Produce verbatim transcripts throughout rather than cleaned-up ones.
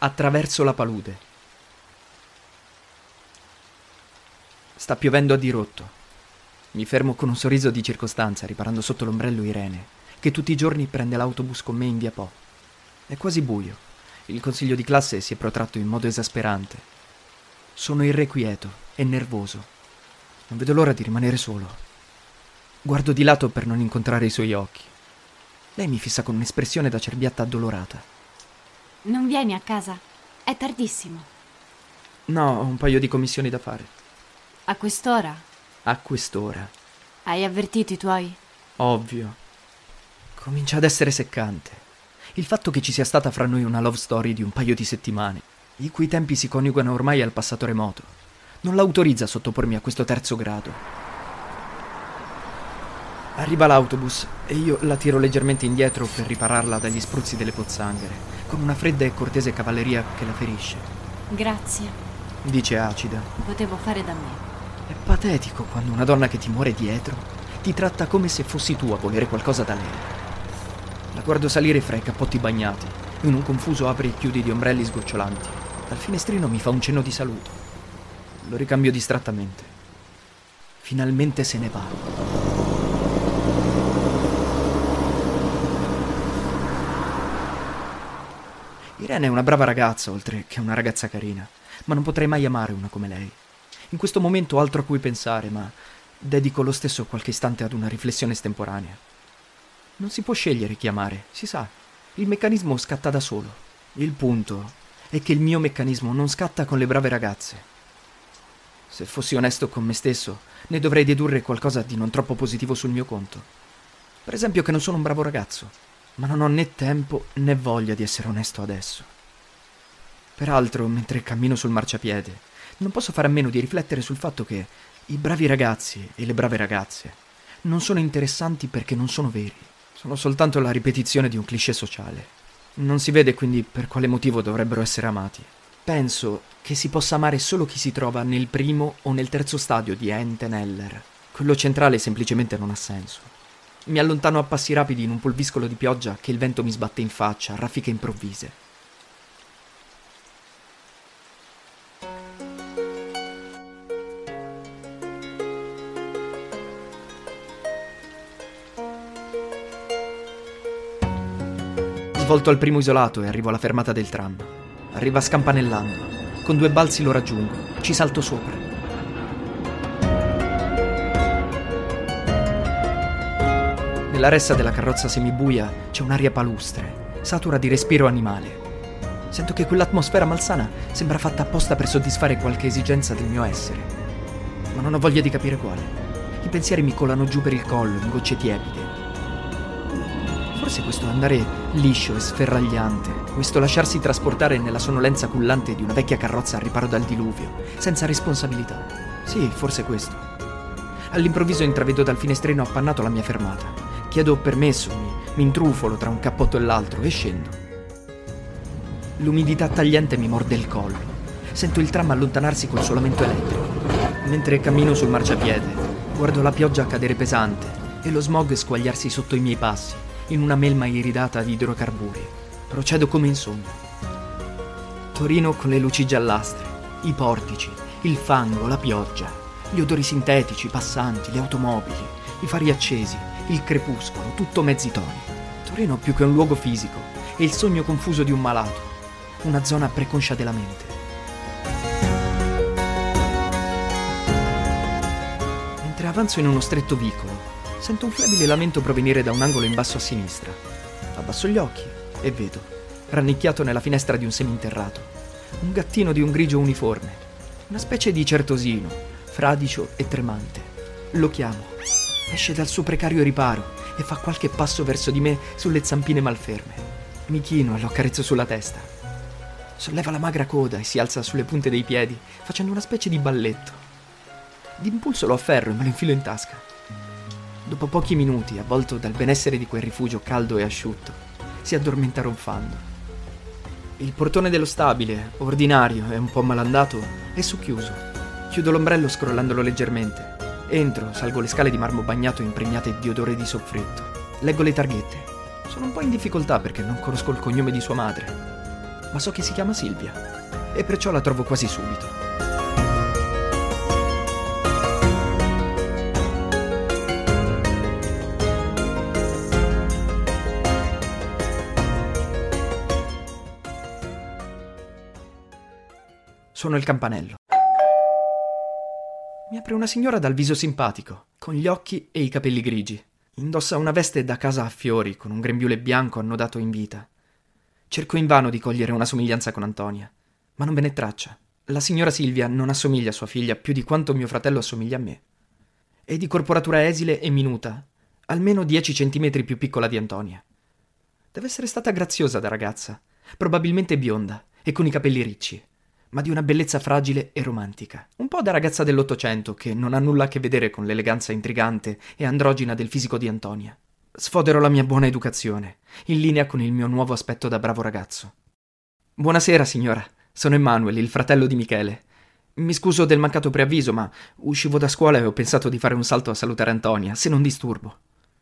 attraverso la palude. Sta piovendo a dirotto. Mi fermo con un sorriso di circostanza, riparando sotto l'ombrello Irene, che tutti i giorni prende l'autobus con me in via Po. È quasi buio. Il consiglio di classe si è protratto in modo esasperante. Sono irrequieto e nervoso. Non vedo l'ora di rimanere solo. Guardo di lato per non incontrare i suoi occhi. Lei mi fissa con un'espressione da cerbiatta addolorata. Non vieni a casa? È tardissimo. No, ho un paio di commissioni da fare. A quest'ora? A quest'ora. Hai avvertito i tuoi? Ovvio. Comincia ad essere seccante. Il fatto che ci sia stata fra noi una love story di un paio di settimane, i cui tempi si coniugano ormai al passato remoto, non l'autorizza a sottopormi a questo terzo grado. Arriva l'autobus e io la tiro leggermente indietro per ripararla dagli spruzzi delle pozzanghere, con una fredda e cortese cavalleria che la ferisce. Grazie. Dice acida. Potevo fare da me. È patetico quando una donna che ti muore dietro ti tratta come se fossi tu a volere qualcosa da lei. La guardo salire fra i cappotti bagnati, in un confuso apri e chiudi di ombrelli sgocciolanti. Dal finestrino mi fa un cenno di saluto. Lo ricambio distrattamente. Finalmente se ne va. Irene è una brava ragazza, oltre che una ragazza carina, ma non potrei mai amare una come lei. In questo momento ho altro a cui pensare, ma dedico lo stesso qualche istante ad una riflessione estemporanea. Non si può scegliere chi amare, si sa. Il meccanismo scatta da solo. Il punto è che il mio meccanismo non scatta con le brave ragazze. Se fossi onesto con me stesso, ne dovrei dedurre qualcosa di non troppo positivo sul mio conto. Per esempio che non sono un bravo ragazzo, ma non ho né tempo né voglia di essere onesto adesso. Peraltro, mentre cammino sul marciapiede, non posso fare a meno di riflettere sul fatto che i bravi ragazzi e le brave ragazze non sono interessanti perché non sono veri. Sono soltanto la ripetizione di un cliché sociale. Non si vede quindi per quale motivo dovrebbero essere amati. Penso che si possa amare solo chi si trova nel primo o nel terzo stadio di Enten Heller. Quello centrale semplicemente non ha senso. Mi allontano a passi rapidi in un pulviscolo di pioggia che il vento mi sbatte in faccia a raffiche improvvise. Svolto al primo isolato e arrivo alla fermata del tram. Arriva scampanellando. Con due balzi lo raggiungo. Ci salto sopra. Nella ressa della carrozza semibuia c'è un'aria palustre, satura di respiro animale. Sento che quell'atmosfera malsana sembra fatta apposta per soddisfare qualche esigenza del mio essere. Ma non ho voglia di capire quale. I pensieri mi colano giù per il collo in gocce tiepide. Forse questo andare liscio e sferragliante, questo lasciarsi trasportare nella sonnolenza cullante di una vecchia carrozza al riparo dal diluvio, senza responsabilità. Sì, forse questo. All'improvviso intravedo dal finestrino appannato la mia fermata. Chiedo permesso, mi, mi intrufolo tra un cappotto e l'altro e scendo. L'umidità tagliente mi morde il collo. Sento il tram allontanarsi col suo lamento elettrico. Mentre cammino sul marciapiede, guardo la pioggia cadere pesante e lo smog squagliarsi sotto i miei passi, in una melma iridata di idrocarburi. Procedo come in sogno. Torino con le luci giallastre, i portici, il fango, la pioggia, gli odori sintetici, passanti, le automobili, i fari accesi, il crepuscolo, tutto mezzi toni. Torino più che un luogo fisico, è il sogno confuso di un malato, una zona preconscia della mente. Mentre avanzo in uno stretto vicolo, sento un flebile lamento provenire da un angolo in basso a sinistra. Abbasso gli occhi e vedo, rannicchiato nella finestra di un seminterrato, un gattino di un grigio uniforme, una specie di certosino, fradicio e tremante. Lo chiamo. Esce dal suo precario riparo e fa qualche passo verso di me sulle zampine malferme. Mi chino e lo accarezzo sulla testa. Solleva la magra coda e si alza sulle punte dei piedi, facendo una specie di balletto. D'impulso lo afferro e me lo infilo in tasca. Dopo pochi minuti, avvolto dal benessere di quel rifugio caldo e asciutto, si addormenta ronfando. Il portone dello stabile, ordinario e un po' malandato, è socchiuso. Chiudo l'ombrello scrollandolo leggermente. Entro, salgo le scale di marmo bagnato impregnate di odore di soffritto. Leggo le targhette. Sono un po' in difficoltà perché non conosco il cognome di sua madre. ma so che si chiama Silvia e perciò la trovo quasi subito. Suono il campanello. Mi apre una signora dal viso simpatico, con gli occhi e i capelli grigi. Indossa una veste da casa a fiori, con un grembiule bianco annodato in vita. Cerco invano di cogliere una somiglianza con Antonia, ma non ve ne traccia. La signora Silvia non assomiglia a sua figlia più di quanto mio fratello assomiglia a me. È di corporatura esile e minuta, almeno dieci centimetri più piccola di Antonia. Deve essere stata graziosa da ragazza, probabilmente bionda e con i capelli ricci, ma di una bellezza fragile e romantica. Un po' da ragazza dell'Ottocento, che non ha nulla a che vedere con l'eleganza intrigante e androgina del fisico di Antonia. Sfodero la mia buona educazione, in linea con il mio nuovo aspetto da bravo ragazzo. Buonasera, signora. Sono Emanuele, il fratello di Michele. Mi scuso del mancato preavviso, ma uscivo da scuola e ho pensato di fare un salto a salutare Antonia, se non disturbo.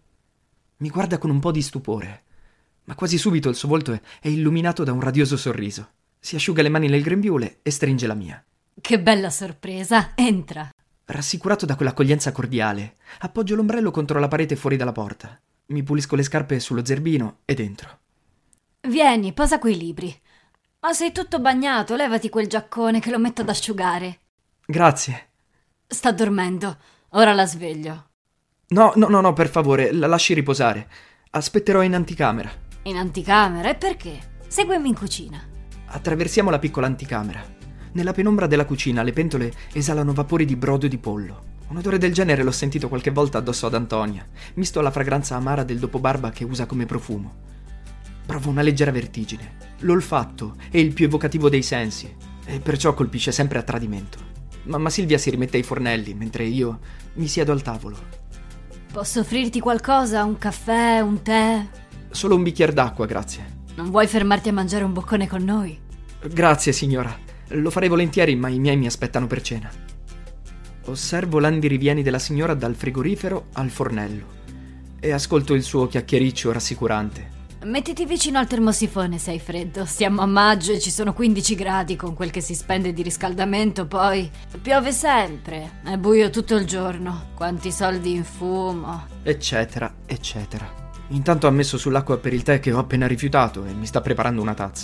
Mi guarda con un po' di stupore, ma quasi subito il suo volto è, è illuminato da un radioso sorriso. Si asciuga le mani nel grembiule e stringe la mia. Che bella sorpresa, entra. Rassicurato da quell'accoglienza cordiale, appoggio l'ombrello contro la parete fuori dalla porta. Mi pulisco le scarpe sullo zerbino ed entro. Vieni, posa quei libri. Ma sei tutto bagnato, levati quel giaccone che lo metto ad asciugare. Grazie. Sta dormendo, ora la sveglio. No, no, no, no, per favore, la lasci riposare. Aspetterò in anticamera. In anticamera? E perché? Seguimi in cucina. Attraversiamo la piccola anticamera. Nella penombra della cucina le pentole esalano vapori di brodo di pollo. Un odore del genere l'ho sentito qualche volta addosso ad Antonia, misto alla fragranza amara del dopobarba che usa come profumo. Provo una leggera vertigine. L'olfatto è il più evocativo dei sensi e perciò colpisce sempre a tradimento. Mamma Silvia si rimette ai fornelli mentre io mi siedo al tavolo. Posso offrirti qualcosa? Un caffè? Un tè? Solo un bicchiere d'acqua, grazie. Non vuoi fermarti a mangiare un boccone con noi? Grazie, signora. Lo farei volentieri, ma i miei mi aspettano per cena. Osservo l'andirivieni della signora dal frigorifero al fornello e ascolto il suo chiacchiericcio rassicurante. Mettiti vicino al termosifone se hai freddo. Siamo a maggio e ci sono quindici gradi con quel che si spende di riscaldamento, poi piove sempre, è buio tutto il giorno, quanti soldi in fumo, eccetera, eccetera. Intanto ha messo sull'acqua per il tè che ho appena rifiutato e mi sta preparando una tazza.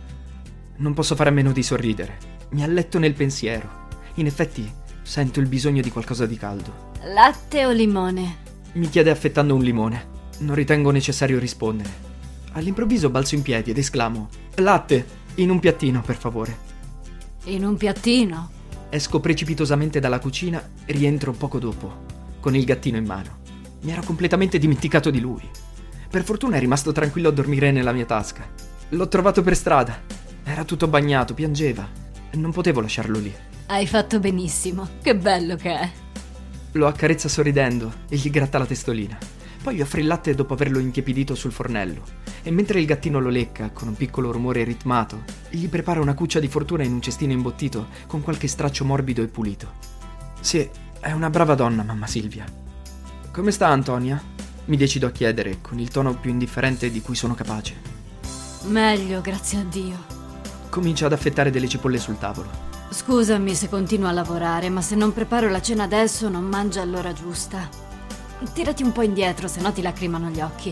Non posso fare a meno di sorridere. Mi alletto nel pensiero. In effetti, sento il bisogno di qualcosa di caldo. Latte o limone? Mi chiede affettando un limone. Non ritengo necessario rispondere. All'improvviso balzo in piedi ed esclamo: latte, in un piattino, per favore. In un piattino? Esco precipitosamente dalla cucina e rientro poco dopo, con il gattino in mano. Mi ero completamente dimenticato di lui. Per fortuna è rimasto tranquillo a dormire nella mia tasca. L'ho trovato per strada. Era tutto bagnato, piangeva. Non potevo lasciarlo lì. Hai fatto benissimo. Che bello che è. Lo accarezza sorridendo e gli gratta la testolina. Poi gli offre il latte dopo averlo intiepidito sul fornello. E mentre il gattino lo lecca, con un piccolo rumore ritmato, gli prepara una cuccia di fortuna in un cestino imbottito con qualche straccio morbido e pulito. Sì, è una brava donna, mamma Silvia. Come sta Antonia? Mi decido a chiedere, con il tono più indifferente di cui sono capace. Meglio, grazie a Dio. Comincia ad affettare delle cipolle sul tavolo. Scusami se continuo a lavorare, ma se non preparo la cena adesso non mangia all'ora giusta. Tirati un po' indietro, se no ti lacrimano gli occhi.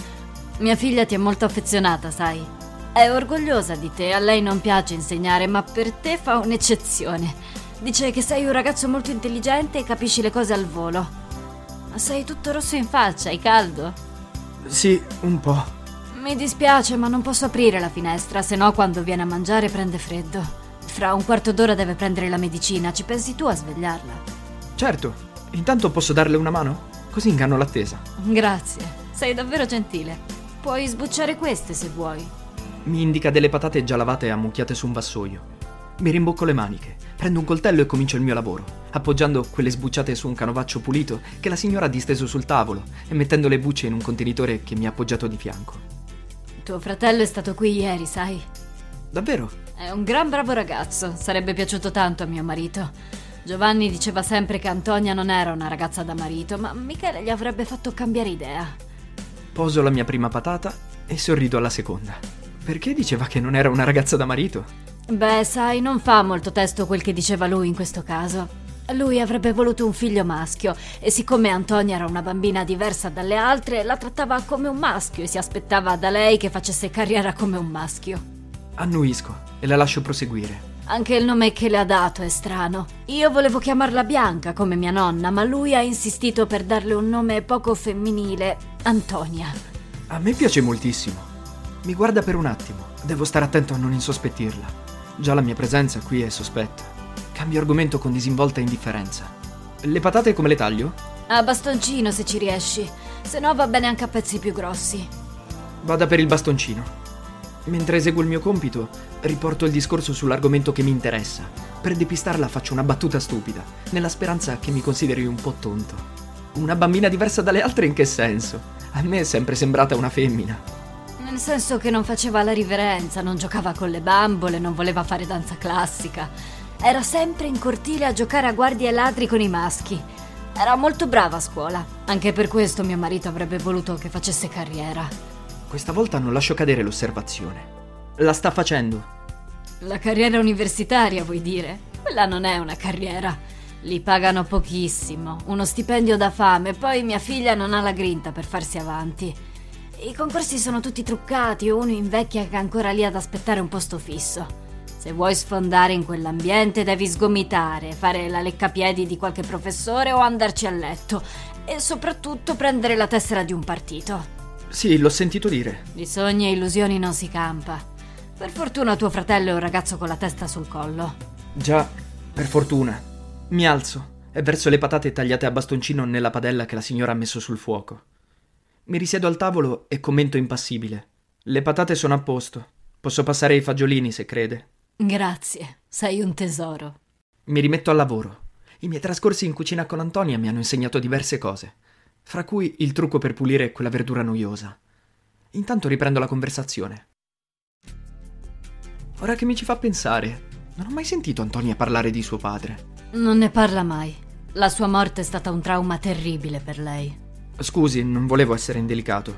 Mia figlia ti è molto affezionata, sai. È orgogliosa di te, a lei non piace insegnare, ma per te fa un'eccezione. Dice che sei un ragazzo molto intelligente e capisci le cose al volo. Ma sei tutto rosso in faccia, hai caldo? Sì, un po'. Mi dispiace, ma non posso aprire la finestra, se no quando viene a mangiare prende freddo. Fra un quarto d'ora deve prendere la medicina, ci pensi tu a svegliarla? Certo, intanto posso darle una mano? Così inganno l'attesa. Grazie, sei davvero gentile. Puoi sbucciare queste se vuoi. Mi indica delle patate già lavate e ammucchiate su un vassoio. Mi rimbocco le maniche, prendo un coltello e comincio il mio lavoro, appoggiando quelle sbucciate su un canovaccio pulito che la signora ha disteso sul tavolo e mettendo le bucce in un contenitore che mi ha appoggiato di fianco. Tuo fratello è stato qui ieri, sai? Davvero? È un gran bravo ragazzo, sarebbe piaciuto tanto a mio marito. Giovanni diceva sempre che Antonia non era una ragazza da marito, ma Michele gli avrebbe fatto cambiare idea. Poso la mia prima patata e sorrido alla seconda. Perché diceva che non era una ragazza da marito? Beh, sai, non fa molto testo quel che diceva lui in questo caso. Lui avrebbe voluto un figlio maschio e siccome Antonia era una bambina diversa dalle altre, la trattava come un maschio e si aspettava da lei che facesse carriera come un maschio. Annuisco e la lascio proseguire. Anche il nome che le ha dato è strano. Io volevo chiamarla Bianca come mia nonna, ma lui ha insistito per darle un nome poco femminile, Antonia. A me piace moltissimo. Mi guarda per un attimo. Devo stare attento a non insospettirla. Già la mia presenza qui è sospetta. Cambio argomento con disinvolta indifferenza. Le patate come le taglio? A bastoncino se ci riesci, se no va bene anche a pezzi più grossi. Vada per il bastoncino. Mentre eseguo il mio compito, riporto il discorso sull'argomento che mi interessa. Per depistarla faccio una battuta stupida, nella speranza che mi consideri un po' tonto. Una bambina diversa dalle altre in che senso? A me è sempre sembrata una femmina. Nel senso che non faceva la riverenza, non giocava con le bambole, non voleva fare danza classica. Era sempre in cortile a giocare a guardie e ladri con i maschi. Era molto brava a scuola. Anche per questo mio marito avrebbe voluto che facesse carriera. Questa volta non lascio cadere l'osservazione. La sta facendo. La carriera universitaria, vuoi dire? Quella non è una carriera. Li pagano pochissimo, uno stipendio da fame, poi mia figlia non ha la grinta per farsi avanti. I concorsi sono tutti truccati e uno invecchia che è ancora lì ad aspettare un posto fisso. Se vuoi sfondare in quell'ambiente devi sgomitare, fare la leccapiedi di qualche professore o andarci a letto e soprattutto prendere la tessera di un partito. Sì, l'ho sentito dire. Di sogni e illusioni non si campa. Per fortuna tuo fratello è un ragazzo con la testa sul collo. Già, per fortuna. Mi alzo e verso le patate tagliate a bastoncino nella padella che la signora ha messo sul fuoco. Mi risiedo al tavolo e commento impassibile. Le patate sono a posto. Posso passare ai fagiolini se crede. Grazie, sei un tesoro. Mi rimetto al lavoro. I miei trascorsi in cucina con Antonia mi hanno insegnato diverse cose, fra cui il trucco per pulire quella verdura noiosa. Intanto riprendo la conversazione. Ora che mi ci fa pensare, non ho mai sentito Antonia parlare di suo padre. Non ne parla mai. La sua morte è stata un trauma terribile per lei. Scusi, non volevo essere indelicato.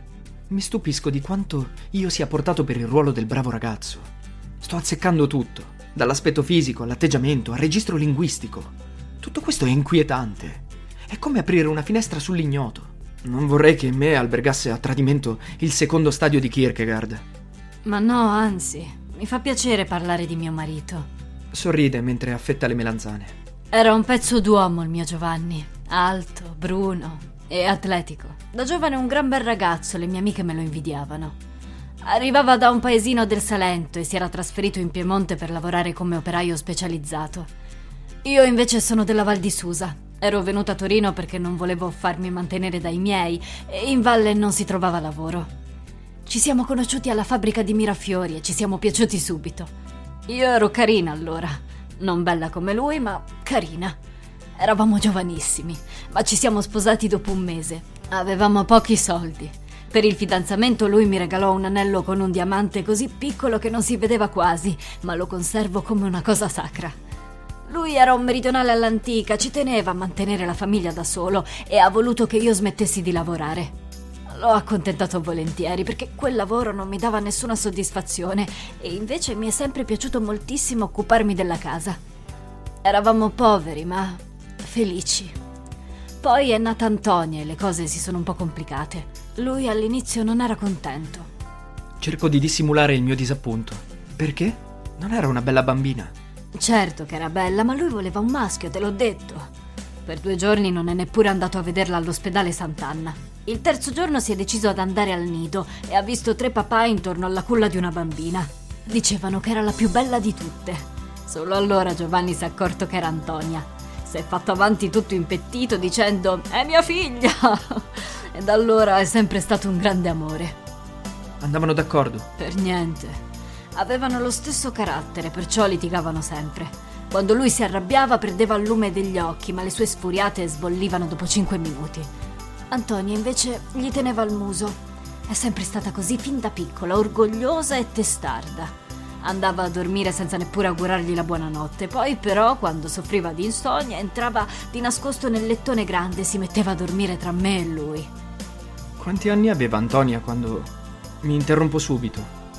Mi stupisco di quanto io sia portato per il ruolo del bravo ragazzo. Sto azzeccando tutto, dall'aspetto fisico all'atteggiamento, al registro linguistico. Tutto questo è inquietante. È come aprire una finestra sull'ignoto. Non vorrei che in me albergasse a tradimento il secondo stadio di Kierkegaard. Ma no, anzi, mi fa piacere parlare di mio marito. Sorride mentre affetta le melanzane. Era un pezzo d'uomo il mio Giovanni, alto, bruno e atletico. Da giovane un gran bel ragazzo, le mie amiche me lo invidiavano. Arrivava da un paesino del Salento e si era trasferito in Piemonte per lavorare come operaio specializzato. Io invece sono della Val di Susa. Ero venuta a Torino perché non volevo farmi mantenere dai miei e in valle non si trovava lavoro. Ci siamo conosciuti alla fabbrica di Mirafiori e ci siamo piaciuti subito. Io ero carina allora, non bella come lui, ma carina. Eravamo giovanissimi, ma ci siamo sposati dopo un mese. Avevamo pochi soldi. Per il fidanzamento lui mi regalò un anello con un diamante così piccolo che non si vedeva quasi, ma lo conservo come una cosa sacra. Lui era un meridionale all'antica, ci teneva a mantenere la famiglia da solo e ha voluto che io smettessi di lavorare. L'ho accontentato volentieri perché quel lavoro non mi dava nessuna soddisfazione e invece mi è sempre piaciuto moltissimo occuparmi della casa. Eravamo poveri ma felici. Poi è nata Antonia e le cose si sono un po' complicate. Lui all'inizio non era contento. Cerco di dissimulare il mio disappunto. Perché? Non era una bella bambina. Certo che era bella, ma lui voleva un maschio, te l'ho detto. Per due giorni non è neppure andato a vederla all'ospedale Sant'Anna. Il terzo giorno si è deciso ad andare al nido e ha visto tre papà intorno alla culla di una bambina. Dicevano che era la più bella di tutte. Solo allora Giovanni si è accorto che era Antonia. Si è fatto avanti tutto impettito dicendo «È mia figlia!» e da allora è sempre stato un grande amore. Andavano d'accordo? Per niente. Avevano lo stesso carattere, perciò litigavano sempre. Quando lui si arrabbiava perdeva il lume degli occhi, ma le sue sfuriate sbollivano dopo cinque minuti. Antonia invece gli teneva il muso. È sempre stata così fin da piccola, orgogliosa e testarda. Andava a dormire senza neppure augurargli la buonanotte. Poi però, quando soffriva di insonnia, entrava di nascosto nel lettone grande e si metteva a dormire tra me e lui. Quanti anni aveva Antonia quando... Mi interrompo subito.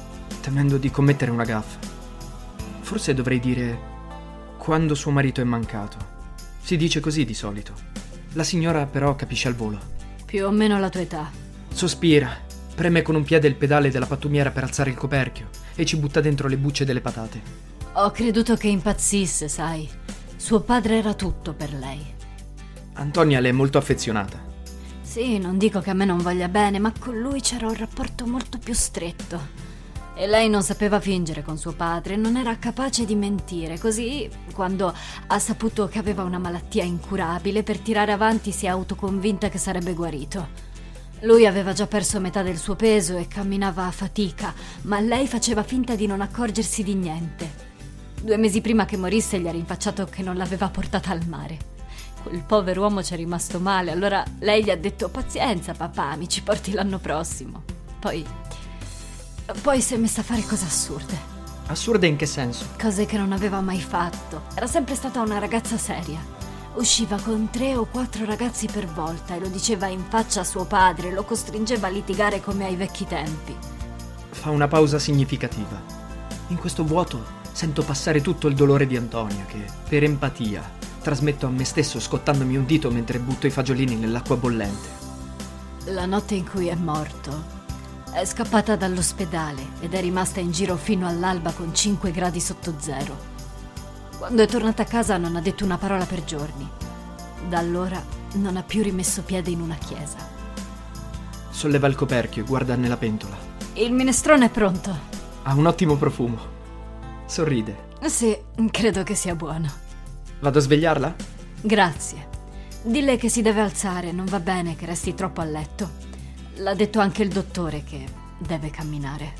temendo di commettere una gaffa. Forse dovrei dire quando suo marito è mancato. Si dice così di solito. La signora però capisce al volo. Più o meno la tua età. Sospira, preme con un piede il pedale della pattumiera per alzare il coperchio e ci butta dentro le bucce delle patate. Ho creduto che impazzisse, sai. Suo padre era tutto per lei. Antonia le è molto affezionata. Sì, non dico che a me non voglia bene, ma con lui c'era un rapporto molto più stretto. E lei non sapeva fingere con suo padre, non era capace di mentire. Così, quando ha saputo che aveva una malattia incurabile, per tirare avanti si è autoconvinta che sarebbe guarito. Lui aveva già perso metà del suo peso e camminava a fatica, ma lei faceva finta di non accorgersi di niente. Due mesi prima che morisse gli ha rinfacciato che non l'aveva portata al mare. Quel povero uomo ci è rimasto male, allora lei gli ha detto: pazienza papà, mi ci porti l'anno prossimo. Poi... poi si è messa a fare cose assurde. Assurde in che senso? Cose che non aveva mai fatto. Era sempre stata una ragazza seria. Usciva con tre o quattro ragazzi per volta e lo diceva in faccia a suo padre, lo costringeva a litigare come ai vecchi tempi. Fa una pausa significativa. In questo vuoto sento passare tutto il dolore di Antonia che, per empatia, trasmetto a me stesso scottandomi un dito mentre butto i fagiolini nell'acqua bollente. La notte in cui è morto è scappata dall'ospedale ed è rimasta in giro fino all'alba con cinque gradi sotto zero. Quando è tornata a casa non ha detto una parola per giorni. Da allora non ha più rimesso piede in una chiesa. Solleva il coperchio e guarda nella pentola. Il minestrone è pronto. Ha un ottimo profumo. Sorride. Sì, credo che sia buono. Vado a svegliarla? Grazie. Dille che si deve alzare, non va bene che resti troppo a letto. L'ha detto anche il dottore che deve camminare.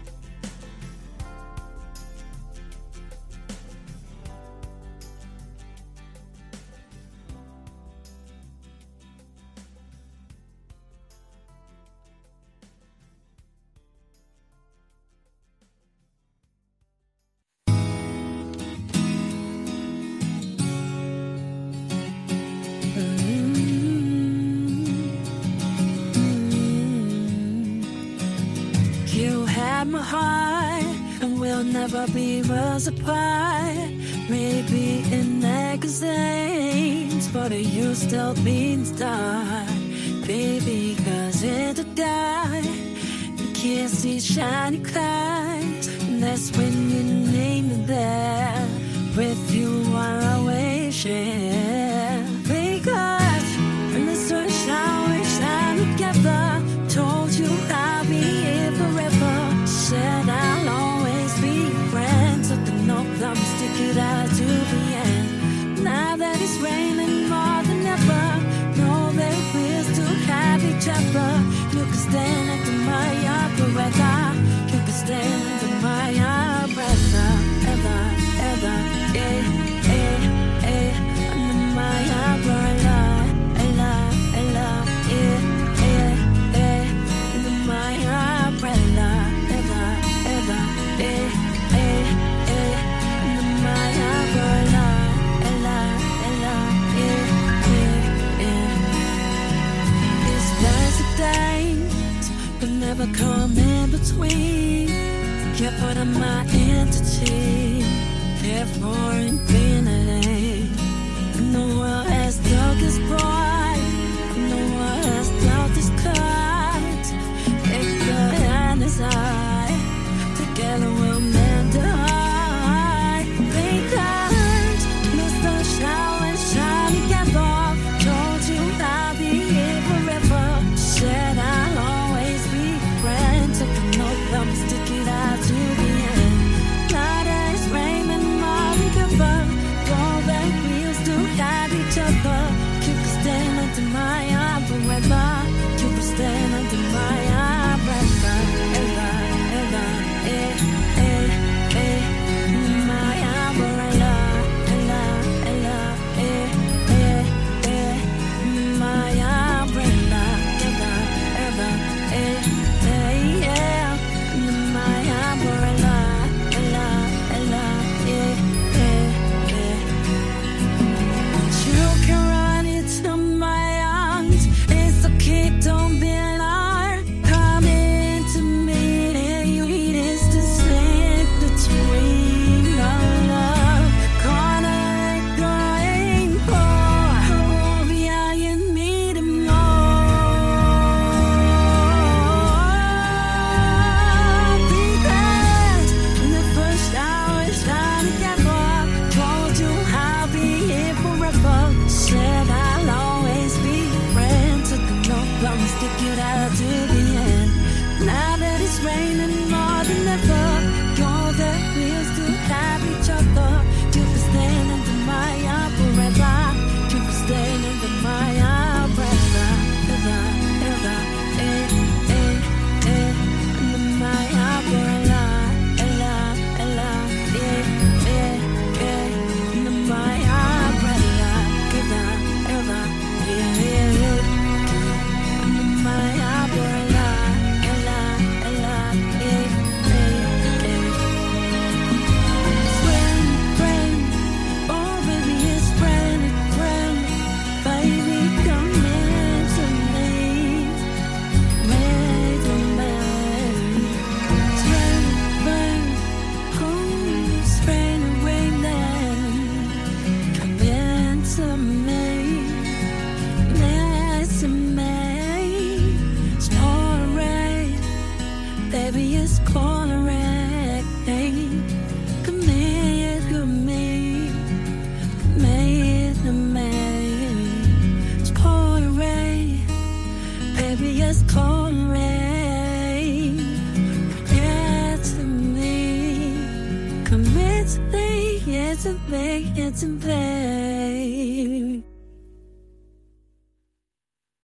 My heart, and we'll never be worlds apart. Maybe in magazines, but you still being star, baby. Cause in the dark, you can't see shiny clouds, and that's when you name it there. With you, I always share. Because when the sun shines, we shine together. Told you I'll be here forever. Said I'll always be friends. Up the note, I'm stick it out to the end. Now that it's raining more than ever, know that we're still have each other. You can stand under my umbrella. You can stand under my umbrella. Ever, ever, eh, eh, eh. Under my umbrella. Ella, ella, eh, eh, eh. Under my umbrella. Eh, eh, eh, under my umbrella, ella, ella, eh, eh, eh. It's nice of days, but never come in between. Can't put on my entity, care for infinity. No one has dug as bright, no one has dealt as cut. If the hand is high, together we'll mend the heart. Because Mister Shower and shine together. Told you I'll be here forever. Said I'll always be friends. Took a note, I'm stick it out to the end. Now that it's raining more than ever, know that we'll still have each other. You can stand it out to the end. Now that it's raining more than ever, you're there, we'll still have each other. You can stand under my umbrella. You can stand under my umbrella. Ever, ever, eh, eh, eh, under my umbrella. Ella, ella, eh, eh, eh, under my umbrella. Ever, ever, eh, eh, eh, under my umbrella. Ella, ella, eh, eh, eh. It's rain, rain, oh baby, it's rain, it's rain. Baby, come into me, made a man. It's rain, rain, oh, it's rain, rain, then come into me, into me. It's pouring rain, baby, it's pouring rain. Come here, come here, made a man. It's pouring rain, baby, it's pouring rain. It's me, come into me, it's me, it's me.